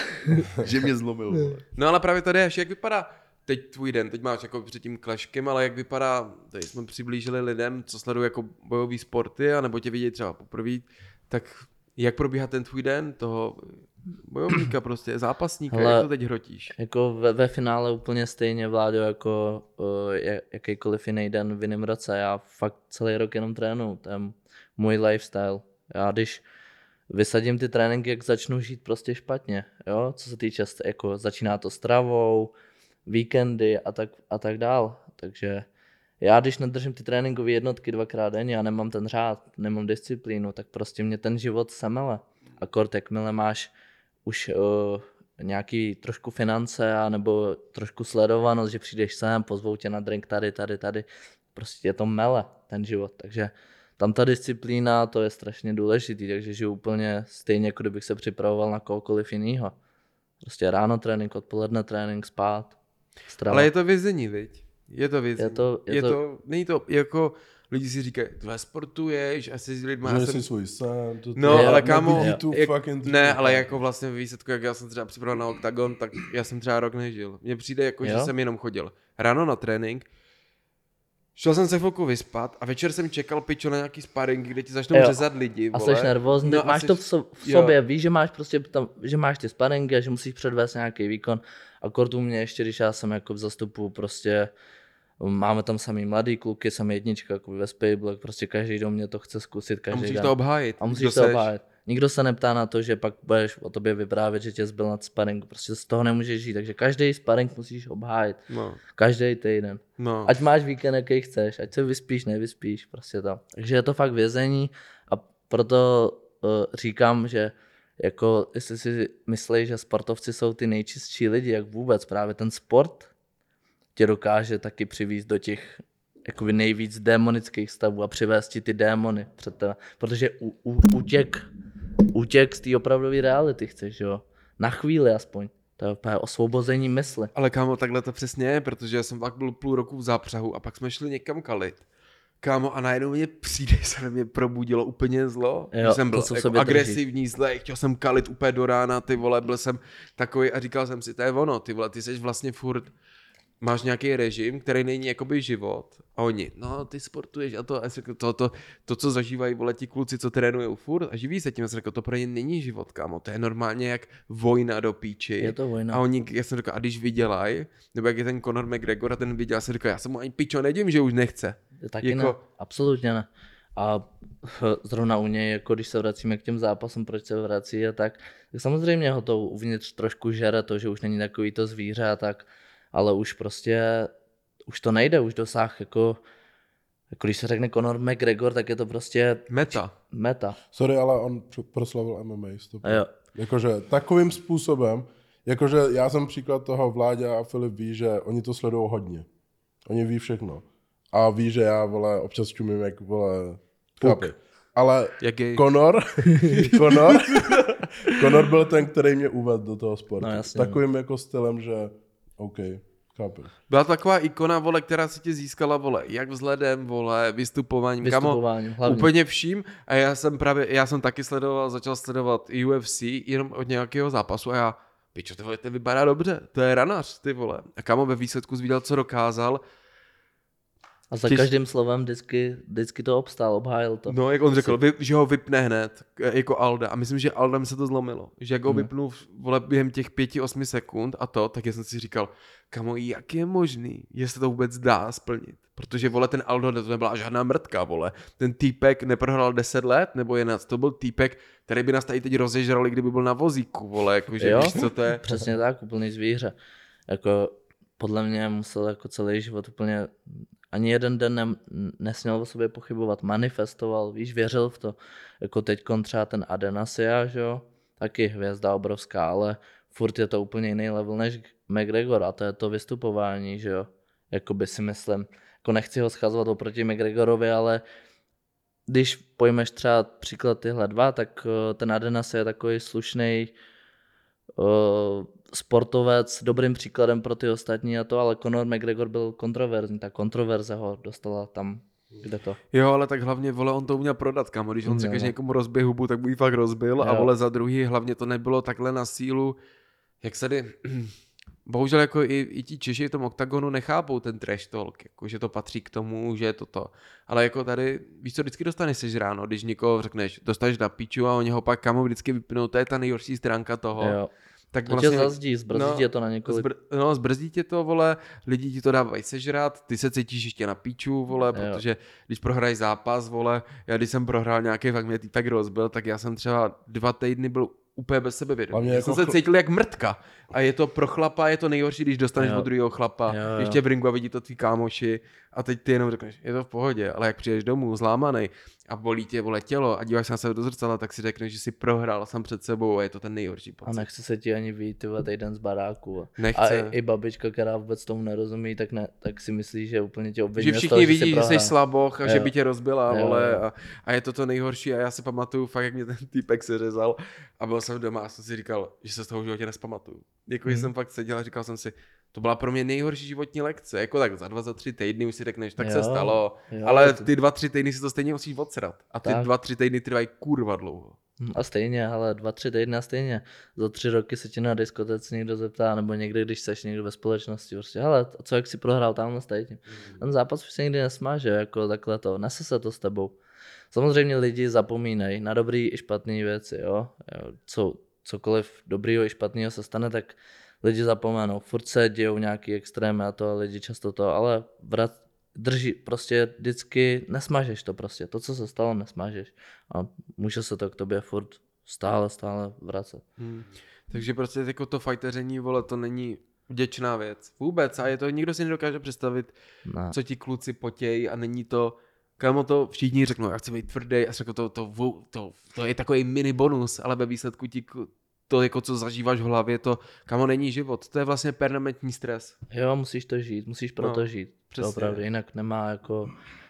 že mě zlomil. Vole. No ale právě tady až jak vypadá teď tvůj den, teď máš jako před tím kleškem, ale jak vypadá, tady jsme přiblížili lidem, co sledují jako bojové sporty, anebo tě vidějí třeba poprvé, tak jak probíhá ten tvůj den toho bojovníka prostě, zápasníka, Hele, jak to teď hrotíš? Jako ve, ve finále úplně stejně, Vláďo, jako uh, jakýkoliv jiný den v jiném roce. Já fakt celý rok jenom trénuju, to je můj lifestyle. Já když vysadím ty tréninky, jak začnu žít prostě špatně, jo, co se týče, st- jako začíná to stravou, víkendy a tak, a tak dál. Takže já když nedržím ty tréninkové jednotky dvakrát denně a nemám ten řád, nemám disciplínu, tak prostě mě ten život semele. A kort, jakmile máš už uh, nějaký trošku finance a nebo trošku sledovanost, že přijdeš sem, pozvou tě na drink tady, tady, tady, prostě je to mele, ten život. Takže tam ta disciplína, to je strašně důležitý, takže žiju úplně stejně, jako kdybych se připravoval na kohokoliv jinýho. Prostě ráno trénink, odpoledne trénink, spát, strava. Ale je to vězení, viď? Je to vězení. Je to- je je to- to, není to jako, lidi si říkají, tvé sportuješ, asi s lidmi, já Že jsem... si svůj sen. To, No, ale kámo, nevidí tu jak, fucking tu- ne, ale jako vlastně ve výsledku, jak já jsem třeba připravil na OKTAGON, tak já jsem třeba rok nežil. Mně přijde jako, že Jo? jsem jenom chodil ráno na trénink, Šel jsem se chvilku vyspat a večer jsem čekal, pičo, na nějaký sparingy, kde ti začnou Jo. řezat lidi, A vole. jsi nervózní, No tak a máš jsi- to v, so, v jo. sobě, víš, že máš prostě tam, že máš ty sparingy a že musíš předvést nějaký výkon. A kort u mě ještě, když já jsem jako v zastupu prostě, máme tam samý mladý kluky, jsem jednička, jako ve Spable, prostě každý do mě to chce zkusit, A každý musíš den. to obhájit. A musíš Kdo to seš? obhájit. Nikdo se neptá na to, že pak budeš o tobě vyprávět, že tě zbyl na sparingu. Prostě z toho nemůžeš žít, takže každý sparing musíš obhájit. No, Každý týden. no. Ať máš víkend, jaký chceš, ať se vyspíš, nevyspíš, prostě tam. Takže je to fakt vězení a proto uh, říkám, že jako jestli si myslíš, že sportovci jsou ty nejčistší lidi, jak vůbec, právě ten sport tě dokáže taky přivést do těch jakoby nejvíc démonických stavů a přivést ti ty démony před tebe, protože u, u, útěk, útěk z té opravdové reality chceš, jo, na chvíli aspoň, to je úplně osvobození mysli. Ale kámo, takhle to přesně je, protože já jsem pak byl půl roku v zápřahu a pak jsme šli někam kalit. Kámo, a najednou mě přijde, se na mě probudilo úplně zlo. Jo, Že jsem to, byl co v jako sobě agresivní, zlej, chtěl jsem kalit úplně do rána, ty vole, byl jsem takový a říkal jsem si, to je ono, ty vole, ty jsi vlastně furt, máš nějaký režim, který není jakoby život. A oni, no ty sportuješ a to, a já jsem řekl, to, to, to, co zažívají, vole, ti kluci, co trénujou furt a živí se tím, já jsem řekl, to pro ně není život, kámo, to je normálně jak vojna do píči. Je to vojna. A oni, já jsem řekl, a když vydělají, nebo jak je ten Conor McGregor a ten viděl, já jsem řekl, já jsem mu ani pičo nedím, že už nechce. Taky Jako- ne, absolutně ne. A zrovna u něj, jako když se vracíme k těm zápasům, proč se vrací a tak, tak samozřejmě ho to uvnitř trošku žere to, že už není takový to zvíře a tak, ale už prostě, už to nejde, už dosáh jako, jako když se řekne Conor McGregor, tak je to prostě Meta. meta. Sorry, ale on pr- proslavil M M A. Stop. A jo. Jakože takovým způsobem, jakože já jsem příklad toho, Vláďa a Filip ví, že oni to sledují hodně. Oni ví všechno. A ví, že já, vole, občas čumím, jak, vole, chápeš. Ale Jaký? Conor, Conor, Conor byl ten, který mě uvedl do toho sportu. No, jasně, Takovým jako stylem, že OK, chápeš. Byla taková ikona, vole, která si tě získala, vole, jak vzhledem, vole, vystupováním, kamo, Vystupováním hlavně. úplně vším. A já jsem právě, já jsem taky sledoval, začal sledovat U F C jenom od nějakého zápasu a já, pičo, ty vole, to vypadá dobře, to je ranař, ty vole. A kámo, ve výsledku zvídal, co dokázal. A za Těž- každým slovem vždycky, vždycky to obstál, obhájil to. No, jak on řekl, vy, že ho vypne hned, k- jako Alda. A myslím, že Aldem se to zlomilo. Že jak ho Hmm. vypnul v- vole, během těch pěti, osmi sekund a to, tak já jsem si říkal, kamo, jak je možný, jestli to vůbec dá splnit. Protože, vole, ten Aldo, to nebyla žádná mrtka, vole. Ten týpek neprohrál deset let, nebo jedenáct, to byl týpek, který by nás tady teď rozežrali, kdyby byl na vozíku, vole, jakože Jo? víš, co to je. Přesně tak, úplný zvíře. Jako, podle mě musel jako celý život úplně, ani jeden den ne, nesměl o sobě pochybovat, manifestoval, víš, věřil v to. Jako teď třeba ten Adenasia, že jo, taky hvězda obrovská, ale furt je to úplně jiný level než McGregor a to je to vystupování, že jo. Jakoby si myslím, jako nechci ho schazovat oproti McGregorovi, ale když pojmeš třeba příklad tyhle dva, tak eh, ten Adenasia je takový slušný uh, sportovec, dobrým příkladem pro ty ostatní a to, ale Conor McGregor byl kontroverzní, ta kontroverze ho dostala tam, kde to. Jo, ale tak hlavně, vole, on to uměl prodat, kamo. Když on Uměl, řekl, že no. někomu rozbije hubu, tak mu ji fakt rozbil. A Jo. vole, za druhý, hlavně to nebylo takhle na sílu, jak se jde... Bohužel jako i, i ti Češi v tom oktagonu nechápou ten trash talk, jako, že to patří k tomu, že je to to. Ale jako tady, víš co, vždycky dostaneš seš ráno, když někoho řekneš, dostaneš na píču a oni ho pak kamo vždycky vypnou, to je ta nejhorší stránka toho. Jo. Tak To tě zazdí, zbrzdí tě to na několik... Zbr, no, zbrzdí tě to, vole, lidi ti to dávají sežrat, ty se cítíš ještě na píču, vole, Jo. protože když prohraješ zápas, vole, já když jsem prohrál nějaký, fakt mě týpek rozbil, tak já jsem třeba dva týdny byl úplně bez sebevědomí. Hlavně Já jako jsem se chl- cítil jak mrtka. A je to pro chlapa, je to nejhorší, když dostaneš Jo. od druhého chlapa, Jo, jo. ještě v ringu a vidí to tví kámoši a teď ty jenom řekneš, je to v pohodě, ale jak přijdeš domů zlámaný a bolí tě, vole, tělo a díváš se na sebe do zrcadla, tak si řekneš, že jsi prohrál sám před sebou a je to ten nejhorší A pocit. nechce se ti ani vyjít ty vole, týden z baráku. Nechce. A i, i babička, která vůbec tomu nerozumí, tak, ne, tak si myslí, že úplně tě obviní. Že z všichni toho, vidí, že prohrál. jsi slaboch a že Jo. by tě rozbila, Jo, vole, jo. a, a je to to nejhorší a já si pamatuju fakt, jak mě ten týpek se řezal a byl jsem doma a jsem si říkal, že se z toho v životě nespamatuju. Jako, že Mhm. jsem fakt seděl a říkal jsem si, to byla pro mě nejhorší životní lekce, jako tak za dva, za tři týdny už si řekneš, tak Jo, se stalo, jo, ale to- ty dva, tři týdny si to stejně musíš odsrat a ty Tak. dva, tři týdny trvají kurva dlouho. A stejně, ale dva, tři týdny a stejně. Za tři roky se ti na diskotece někdo zeptá, nebo někdy, když seš někdo ve společnosti, prostě, hele, a co, jak jsi prohrál tamhle stejně. Mm. Ten zápas už se nikdy nesmáže, jako takhle to, nese se to s tebou. Samozřejmě lidi zapomínají na dobrý i špatný věci, jo. Co, cokoliv dobrýho i špatného se stane, tak lidi zapomenou. Furt se dějou nějaký extrémy a to a lidi často to, ale vrat, drží, prostě vždycky nesmažeš to prostě, to, co se stalo, nesmažeš a může se to k tobě furt stále, stále vracet. Hmm. Takže prostě jako to fajteření, vole, to není vděčná věc. Vůbec a je to, nikdo si nedokáže představit, Ne. co ti kluci potějí a není to, kámo to všichni řeknou, já chci být tvrdý a řeknou to, to, to, to, to je takový mini bonus, ale ve výsledku ti to, jako co zažíváš v hlavě, to, kámo, není život, to je vlastně permanentní stres. Jo, musíš to žít, musíš proto No, žít, přesně. to opravdu, jinak nemá jako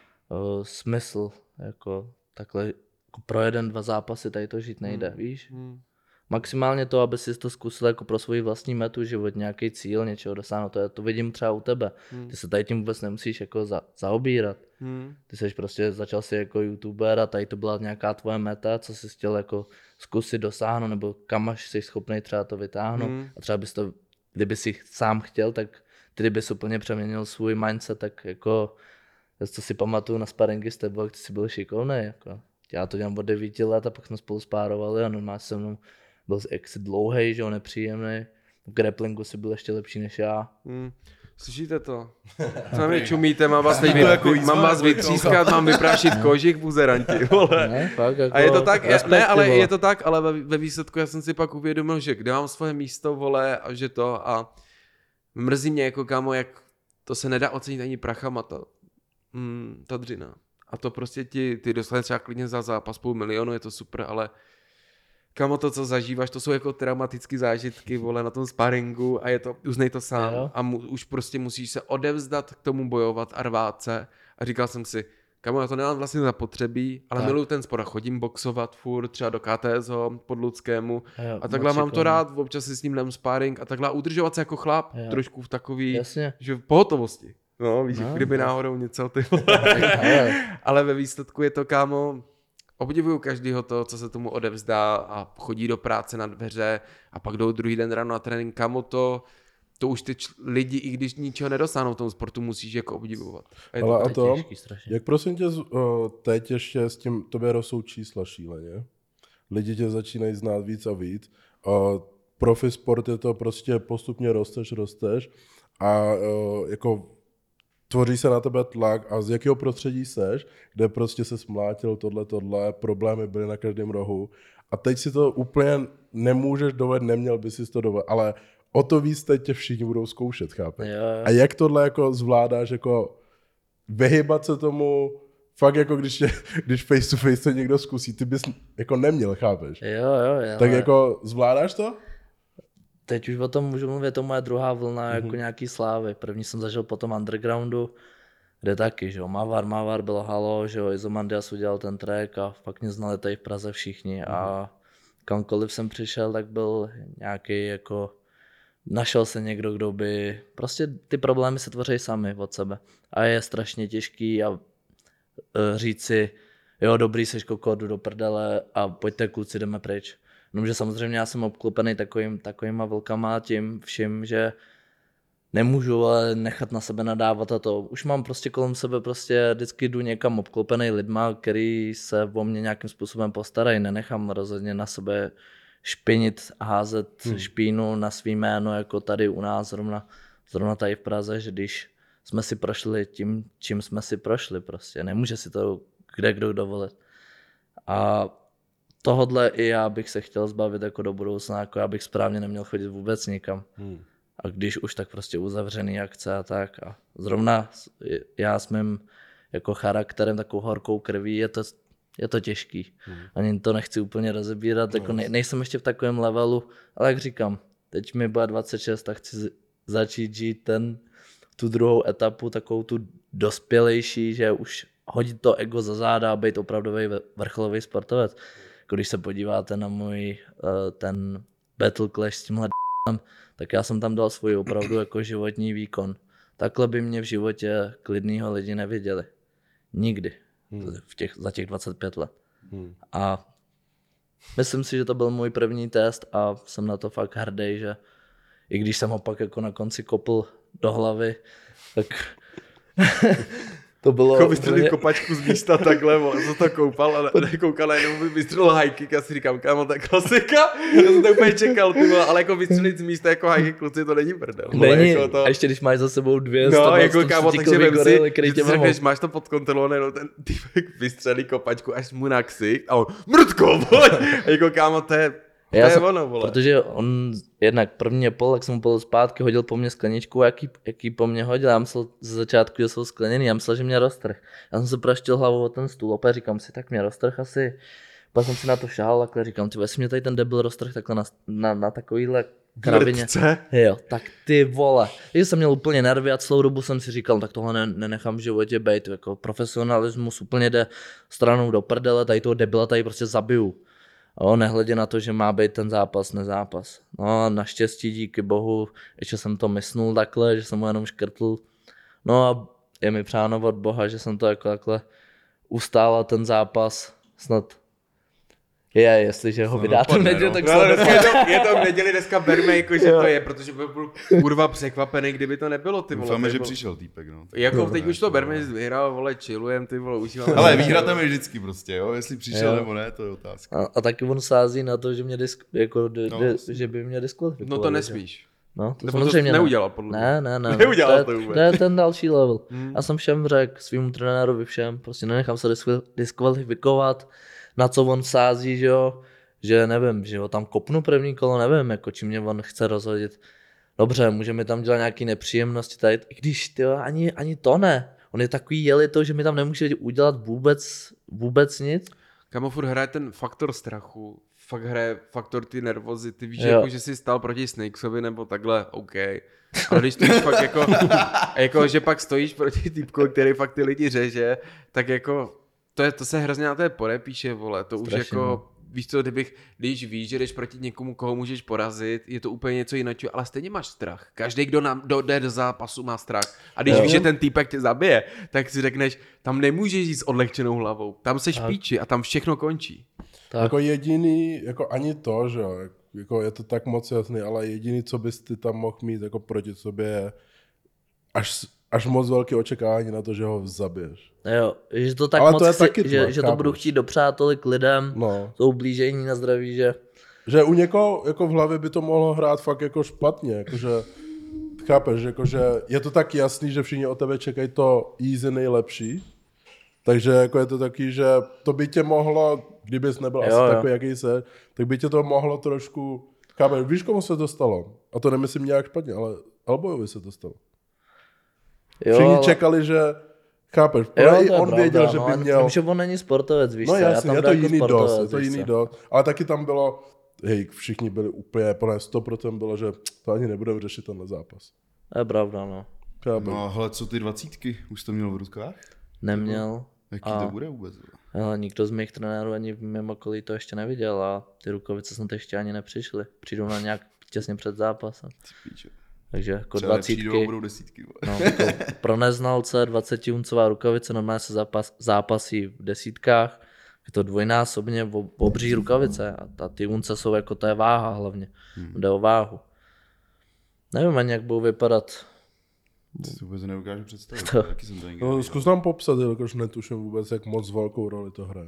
uh, smysl, jako takhle jako pro jeden, dva zápasy tady to žít nejde, Hmm. víš? Hmm. Maximálně to, aby si to zkusil jako pro svoji vlastní metu život, nějaký cíl, něčeho dosáhnout, to, je, to vidím třeba u tebe. Hmm. Ty se tady tím vůbec nemusíš jako za, zaobírat. Hmm. Ty jsi prostě začal si jako youtuber a tady to byla nějaká tvoje meta, co jsi chtěl jako zkusit dosáhnout, nebo kam až jsi schopný třeba to vytáhnout. Hmm. A třeba bys to, kdyby si sám chtěl, tak ty bys úplně přeměnil svůj mindset, tak jako, co si pamatuju na sparingy s tebou, jak ty jsi byl šikovný. Jako. Já to dělám od devíti let a pak jsme spolu spárovali a normálně se mnou byl jaksi dlouhej, že jo, nepříjemný. V grapplingu si byl ještě lepší než já. Hmm. Slyšíte to? Co na mě čumíte, mám vás, tady, jako vy, jízva, mám vás nebo vytřískat, mám vyprášit kožich buzeranti, vole. Ne, fakt, jako A je to tak, respekt, ne, ale ty vole. je to tak, ale ve, ve výsledku já jsem si pak uvědomil, že kde mám svoje místo, vole, a že to a mrzí mě jako kámo, jak to se nedá ocenit ani prachama, ta, mm, ta dřina. A to prostě ti, ty dostaneš třeba klidně za zápas půl milionu, je to super, ale kámo, to, co zažíváš, to jsou jako traumatické zážitky, vole, na tom sparingu a je to, uznej to sám Jo. a mu, už prostě musíš se odevzdat k tomu bojovat a rvát se a říkal jsem si, kámo, já to nemám vlastně zapotřebí, ale Tak. miluju ten sport a chodím boxovat furt, třeba do K T S ho, pod Ludskému Jo, a takhle moc mám to šikovný. rád, občas si s ním dám sparring a takhle udržovat se jako chlap, Jo. trošku v takový, Jasně. že v pohotovosti. No, víš, No, kdyby no. náhodou něco, ty vole. Ale, Ale ve výsledku je to, kámo, obdivuju každýho to, co se tomu odevzdá a chodí do práce na dveře a pak jdou druhý den ráno na trénink, kámo, to, to už ty č- lidi, i když ničeho nedosáhnou v tom sportu, musíš jako obdivovat. A je Ale to a tak. to, těžký strašně. jak prosím tě, uh, teď ještě s tím, tobě rostou čísla šíleně. Lidi tě začínají znát víc a víc. Uh, profi sport je to prostě postupně rosteš, rosteš a uh, jako tvoří se na tebe tlak a z jakého prostředí seš, kde prostě se smlátil tohle, tohle, problémy byly na každém rohu a teď si to úplně nemůžeš dovedt, neměl by si to dovedt, ale o to víc teď tě všichni budou zkoušet, chápeš? Jo, jo. A jak tohle jako zvládáš, jako vyhybat se tomu, fakt jako když, tě, když face to face to někdo zkusí, ty bys jako neměl, chápeš? Jo, jo, jo. Tak jako zvládáš to? Teď už o tom můžu mluvit, to moje druhá vlna Mhm. jako nějaký slávy. První jsem zažil potom undergroundu, kde taky, že jo, Mavar, Mavar bylo halo, že jo, Izomandias udělal ten track a pak mě znali tady v Praze všichni Mhm. a kamkoliv jsem přišel, tak byl nějaký jako, našel se někdo, kdo by, prostě ty problémy se tvoří sami od sebe a je strašně těžký a e, říct si, jo, dobrý, seš koko, jdu do prdele a pojďte kluci, jdeme pryč. Jenomže samozřejmě já jsem obklopený takovým, takovýma vlkama tím vším, že nemůžu ale nechat na sebe nadávat a to. Už mám prostě kolem sebe prostě vždycky jdu někam obklopený lidma, který se o mě nějakým způsobem postarají. Nenechám rozhodně na sebe špinit, házet hmm. špínu na svý jméno, jako tady u nás, zrovna, zrovna tady v Praze, že když jsme si prošli tím, čím jsme si prošli prostě. Nemůže si to kde kdo dovolit. A tohodle i já bych se chtěl zbavit jako do budoucna, jako já bych správně neměl chodit vůbec nikam. Hmm. A když už, tak prostě uzavřený akce a tak. A zrovna já s mým jako charakterem, takovou horkou krví, je to, je to těžký. Hmm. Ani to nechci úplně rozebírat, no, jako ne, nejsem ještě v takovém levelu, ale jak říkám, teď mi bude dvacet šest a chci začít žít ten, tu druhou etapu, takovou tu dospělejší, že už hodit to ego za záda a být opravdový vrcholový sportovec. Jako když se podíváte na můj ten Battle Clash s tímhle tak já jsem tam dal svůj opravdu jako životní výkon. Takhle by mě v životě klidnýho lidi neviděli. Nikdy. Hmm. V těch, za těch dvacet pět let. Hmm. A Myslím si, že to byl můj první test a jsem na to fakt hrdý, že i když jsem ho pak jako na konci kopl do hlavy, tak to bylo... Jako vystřelit kopačku z místa takhle, vole, co to koupal a nekoukal a jenom vystřelil high kick a si říkám, kámo, to je klasika, já jsem to úplně čekal, ty vole, ale jako vystřelit z místa jako high kick, kluci, to není prdel. vole, Není, jako to... a ještě když máš za sebou dvě No, jako kámo, takže vem si, který že tě si řekneš, máš to pod kontrolou, nebo ten typek vystřelí kopačku až mu na ksik a on mrtko, vole, a jako kámo, to je... To Já je jsem, ono, vole. protože on jednak první pol, jak jsem mu pol zpátky, hodil po mně skleničku a jaký, jaký po mně hodil, já myslel ze začátku, že jsou skleněný, já myslel, že mě roztrh. Já jsem se praštil hlavou o ten stůl, opět říkám si, tak mě roztrh asi. Pak jsem si na to šahal, takhle říkám, ty jestli mě tady ten debil roztrh takhle na, na, na takovýhle kravině. Vrtce? Jo, tak ty vole. Takže jsem měl úplně nervy a celou dobu jsem si říkal, tak tohle ne, nenechám v životě bejt, jako profesionalismus úplně jde stranou do prdele, tady toho debila tady prostě zabiju. O, nehledě na to, že má být ten zápas, nezápas. No naštěstí díky bohu, ještě jsem to myslel takhle, že jsem mu jenom škrtl. No a je mi přáno od Boha, že jsem to jako takhle ustál ten zápas. Snad je, jestliže ho vydáte v neděli, tak No, ale snad... dneska je, to, je to v neděli, dneska berme, jako, že to je, protože by byl kurva překvapený, kdyby to nebylo, ty vole. Doufáme, že byl... přišel týpek, no. Jako teď už to berme, vyhrál, vole, chillujem, ty vole, užíváme. Ale výhra tam je vždycky prostě, jo, jestli přišel Jo. nebo ne, to je otázka. A, a taky on sází na to, že, mě disk, jako, d, No, d, vlastně. že by mě diskvalifikoval. No to že- nesmíš. No, to Nebo to samozřejmě jsi neudělal, podle mě. Ne, ne, ne. Neudělal to, to je, vůbec. to je ten další level. Hmm. Já jsem všem řekl, svým trenérovi všem, prostě nenechám se diskval- diskvalifikovat, na co on sází, že jo, že nevím, že ho tam kopnu první kolo, nevím, jako čím mě on chce rozhodit. Dobře, můžeme tam dělat nějaké nepříjemnosti tady, i když tyjo, ani, ani to ne. On je takový jeli to, že mi tam nemůže udělat vůbec, vůbec nic. Kamo furt hraje ten faktor strachu, fakt hraje faktor ty nervozity, víš, Jo. jako, že jsi stál proti Snakesovi nebo takhle, OK. Ale když stojíš fakt jako, jako, že pak stojíš proti týpku, který fakt ty lidi řeže, tak jako, to, je, to se hrozně na té podepíše, vole, to Strašně, už jako, víš co, kdybych, když víš, že jdeš proti někomu, koho můžeš porazit, je to úplně něco jiného, ale stejně máš strach. Každý, kdo nám jde do zápasu, má strach. A když Jo. víš, že ten týpek tě zabije, tak si řekneš, tam nemůžeš jít s odlehčenou hlavou, tam seš Tak. píči a tam všechno končí. Tak. Jako jediný, jako ani to, že jo, jako je to tak moc jasný, ale jediný, co bys ty tam mohl mít jako proti sobě je až, až moc velké očekávání na to, že ho zabiješ. Jo, že to tak Ale moc to je chci, taky že, tlak, že to chápu. budu chtít dopřát tolik lidem, No. to ublížení na zdraví, že Že u někoho jako v hlavě by to mohlo hrát fakt jako špatně, jakože chápeš, jakože je to tak jasný, že všichni od tebe čekají to easy nejlepší, takže jako je to taky, že to by tě mohlo, kdybys nebyl Jo, asi jo. takový, jaký se, tak by tě to mohlo trošku, chápeš, víš, komu se to stalo? A to nemyslím nějak špatně, ale Elboyovi se to stalo. jo, Všichni ale- čekali, že chápeš, jo, ale i to je on pravda, věděl, že no, by ale měl... Tím, že on není sportovec, víš No co, já jasně, tam je jdu to jako jiný sportovec, dost, je to víš jiný co. dost, ale taky tam bylo, hej, všichni byli úplně, plné sto procent bylo, že to ani nebudeme řešit tenhle zápas. To je pravda, no. Chápeš? No a hele, co ty dvacítky? Už to měl v rukách? Neměl, Jaký A- to bude vůbec? ale nikdo z mých trenérů ani v mém okolí to ještě neviděl a ty rukavice snad ještě ani nepřišly. Přijdou na nějak těsně před zápasem. Píče. Takže jako Třeba nepřijdou, dvacítky, budou desítky. vole. no, jako pro neznalce dvacetiuncová rukavice, normálně se zápas, zápasí v desítkách, je to dvojnásobně ob- obří rukavice a ta, ty unce jsou jako, to je váha hlavně, Hmm. jde o váhu. Nevím ani, jak budou vypadat. To si vůbec nedokážu představit. To- Taky jsem to nikdy No, neviděl. zkus nám popsat, jelikož netuším vůbec, jak moc velkou roli to hraje.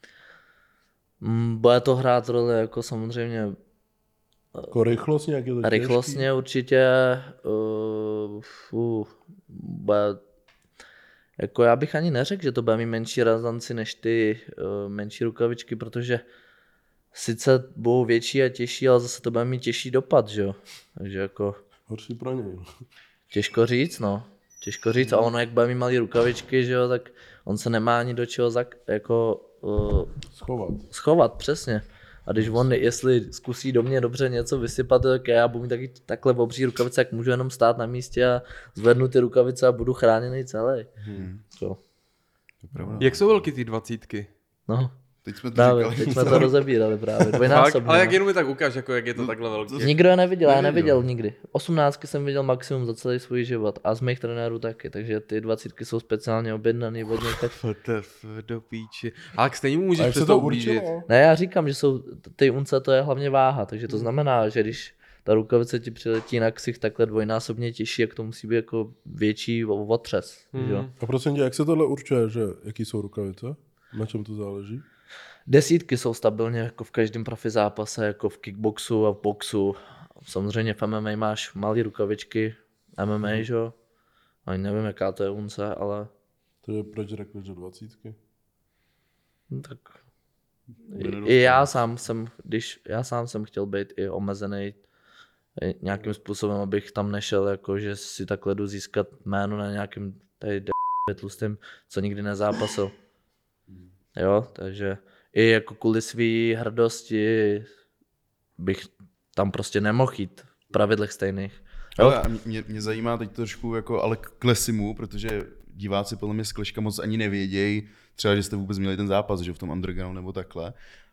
Mm, bude to hrát roli jako samozřejmě Jako rychlostně, jak je to těžký? rychlostně určitě. Uh, uh, bude, jako já bych ani neřekl, že to bude mít menší razanci než ty uh, menší rukavičky, protože sice budou větší a těžší, ale zase to bude mít těžší dopad, že jo. Takže jako Horší pro něj. těžko říct, no. Těžko říct, a ono jak bude mít malý rukavičky, že jo, tak on se nemá ani do čeho zak, jako uh, Schovat. schovat, přesně. A když on, jestli zkusí do mě dobře něco vysypat, tak já budu mít taky takhle obří rukavice, jak můžu jenom stát na místě a zvednu ty rukavice a budu chráněný celý. Hmm. To, To je pravda. Jak jsou velký ty dvacítky? no. Teď jsme to Právě, říkali. teď jsme to rozebírali právě, Fakt, dvojnásobně. ale jak no. jenom mi tak ukáž, jako jak je to takhle velký. Nikdo je neviděl, já Neviděl. neviděl nikdy. Osmnáctky jsem viděl maximum za celý svůj život a z mých trenérů taky, takže ty dvacítky jsou speciálně objednaný od nich. Tak... F T F do píči. Ale stejně mu A můžeš jak přes se to to ublížit. určilo? Ne, já říkám, že jsou ty unce, to je hlavně váha, takže to znamená, že když ta rukavice ti přiletí na ksich takhle dvojnásobně těžší, jak to musí být jako větší o- otřes. Hmm. Jo? A prosím tě, jak se tohle určuje, že jaký jsou rukavice? Na čem to záleží? Desítky jsou stabilně jako v každém profi zápase, jako v kickboxu a v boxu. Samozřejmě v M M A máš malé rukavičky, M M A, že jo? Ani nevím, jaká to je unce, ale Takže proč řekl, že dvacítky? no, tak Bude I, i já sám jsem, když já sám jsem chtěl být i omezený i nějakým způsobem, abych tam nešel, jako že si takhle jdu získat jméno na nějakým tady d- tlustým, co nikdy nezápasil. Jo, takže i jako kvůli svý hrdosti bych tam prostě nemohl jít v pravidlech stejných. Jo? Ale a mě, mě zajímá teď trošku jako ale k Klesimu, protože diváci podle mě z Kleška moc ani nevědějí, třeba, že jste vůbec měli ten zápas, že v tom underground nebo takhle.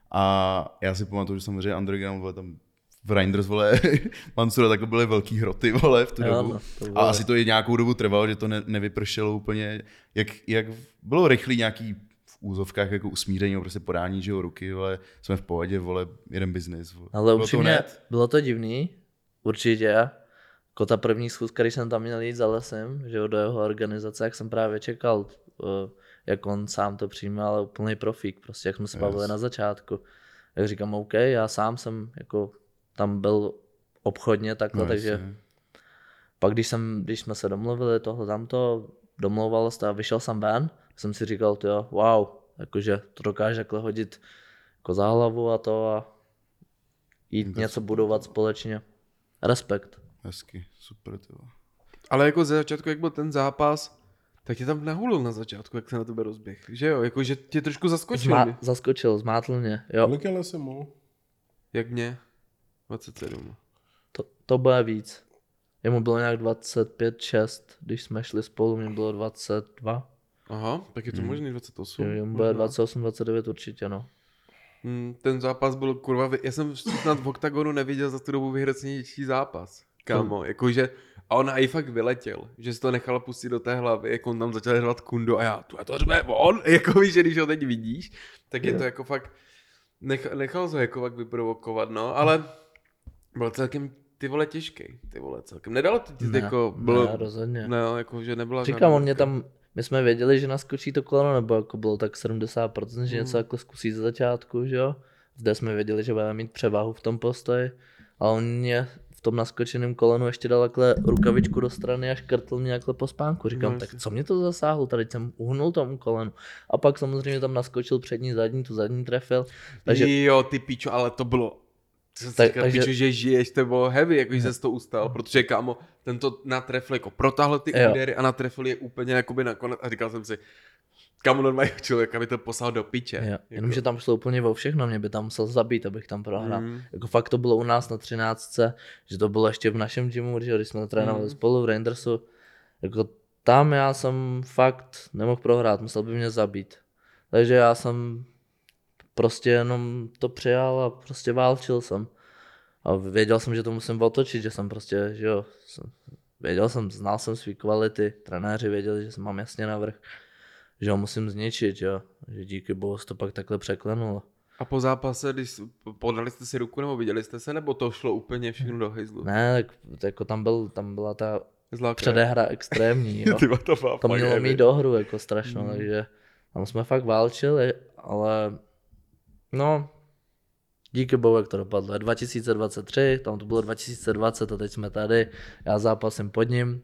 A já si pamatuju, že samozřejmě underground, vole, tam v Reinders, vole, Mansura, takhle byly velký hroty, vole, v tu Jo, dobu. no, to A bylo- asi to i nějakou dobu trvalo, že to ne, nevypršelo úplně. Jak, jak bylo rychlý nějaký v úzovkách jako usmíření, prostě podání, že jo, ruky, vole, jsme v pohodě, vole, jeden biznis. Vole. Ale Bylo to upřímně, hned? bylo to divný, určitě. Jako ta první schůzka, když jsem tam měl jít za Lesem, že jo, do jeho organizace, jak jsem právě čekal, eh, jak on sám to přijme, ale úplný profík, prostě jak jsme se bavili Yes. na začátku. Jak říkám, OK, já sám jsem jako tam byl obchodně takhle, No, takže jasně. pak když, jsem, když jsme se domluvili tohle tamto, domlouval se a vyšel jsem ven, jsem si říkal, jo, wow, jakože to dokáže takhle hodit jako za hlavu a to a jít To něco super. budovat společně. Respekt. Hezky, super, to. Ale jako ze začátku, jak byl ten zápas, tak tě tam nahulil na začátku, jak se na tebe rozběh. Že jo, jako že tě trošku zaskočil. Zma- mi. zaskočil, zmátl mě. Jo, Kolik je Lesimu? Jak mě? dvacet sedm. to, to bude víc. Jemu bylo nějak dvacet pět šest, když jsme šli spolu, mě bylo dvacet dva. Aha, tak je to Hmm. možný dvacet osm. Jemu bude možná. dvacet osm dvacet devět určitě, no. Hmm, ten zápas byl kurva, vy- já jsem snad v OKTAGONu neviděl za tu dobu vyhracenější zápas. Kámo, jakože, a on i fakt vyletěl, že si to nechala pustit do té hlavy, jako on tam začal hrát kundu a já, tu to řve on, jako víš, že když ho teď vidíš, tak je to jako fakt, nech, nechal se jako fakt vyprovokovat, no, ale byl celkem, ty vole, těžký, ty vole, celkem, nedalo to ti Ne, jako, bylo, ne, rozhodně. no, jako, že nebyla Říkám, žádná on mě výtka. tam, my jsme věděli, že naskočí to koleno, nebo jako bylo tak sedmdesát procent, že Hmm. něco takhle zkusí ze začátku, že jo. Zde jsme věděli, že budeme mít převahu v tom postoji, a on mě v tom naskočeném kolenu ještě dal takhle rukavičku do strany a škrtl mě takhle po spánku. Říkám, No, tak jasně. co mě to zasáhlo, tady jsem uhnul tomu kolenu. A pak samozřejmě tam naskočil přední, zadní, tu zadní trefil. Takže Jo, ty pičo, ale to bylo, jsem si Tak- říkal, takže- pičo, že žiješ, to bylo heavy, jako že jsi to ustal, protože kámo, tento natrefl jako protáhl ty Jo. údery a natrefl je úplně jakoby nakonec a říkal jsem si, kámo normálně člověk, aby to poslal do piče. Jo, Jako, jenomže tam šlo úplně o všechno, mě by tam musel zabít, abych tam prohrál. Mm. Jako fakt to bylo u nás na třináctce, že to bylo ještě v našem gymu, když když jsme trénovali Mm. spolu v Rangersu. Jako tam já jsem fakt nemohl prohrát, musel by mě zabít. Takže já jsem prostě jenom to přijal a prostě válčil jsem. A věděl jsem, že to musím otočit, že jsem prostě, že jo, jsem, věděl jsem, znal jsem svý kvality, trenéři věděli, že jsem mám jasně navrch, že ho musím zničit, jo, že díky bohu se to pak takhle překlenulo. A po zápase, když podali jste si ruku nebo viděli jste se, nebo to šlo úplně všechno do hejzlu? Ne, tak, tak jako tam, byl, tam byla ta Zlá krev. předehra extrémní, jo. Ty vole, to, byla To fakt mělo heavy. mít dohru jako strašnou, Mm. takže tam jsme fakt válčili, ale no, díky bohu, jak to dopadlo. dva tisíce dvacet tři, tam to bylo dva tisíce dvacet a teď jsme tady, já zápasím pod ním.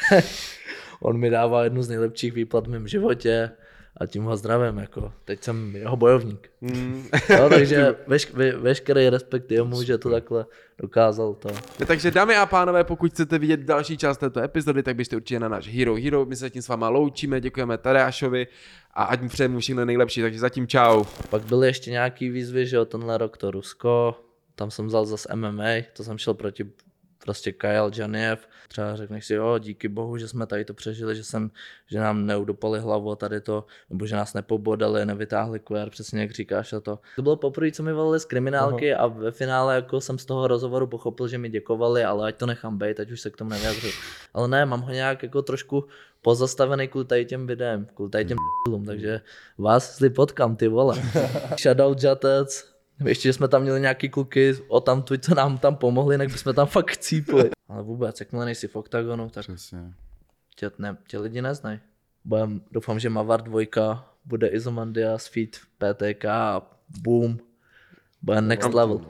On mi dává jednu z nejlepších výplat v mém životě a tím ho zdravím, jako teď jsem jeho bojovník. Mm. No, takže veš, ve, veškerý respekt jemu, že to takhle dokázal to. No, takže dámy a pánové, pokud chcete vidět další část této epizody, tak běžte určitě na náš Hero Hero. My se tím s váma loučíme, děkujeme Tadeášovi a ať mu přejeme všechno nejlepší, takže zatím čau. Pak byly ještě nějaký výzvy, že jo, tenhle rok to Rusko, tam jsem vzal zase M M A, to jsem šel proti prostě Kyle Janiev, třeba řekneš si, jo, díky bohu, že jsme tady to přežili, že, jsem, že nám neudopali hlavu a tady to, nebo že nás nepobodali, nevytáhli Q R, přesně jak říkáš a to. To bylo poprvé, co mi volili z kriminálky Aha. a ve finále jako jsem z toho rozhovoru pochopil, že mi děkovali, ale ať to nechám bejt, ať už se k tomu nevyjadřu. Ale ne, mám ho nějak jako trošku pozastavený kvůli tady těm videem, kvůli tady těm p***lům, takže vás zli potkám, ty vole. Shoutout Žatec. Ještě, že jsme tam měli nějaký kluky o tam tu, co nám tam pomohli, jinak bychom tam fakt cípli. Ale vůbec, jakmile nejsi v oktagonu, tak Přesně. tě, ne, tě lidi neznají. Budem, doufám, že Mavar dvojka bude Izomandias, Feed, P T K a boom. Bude next level.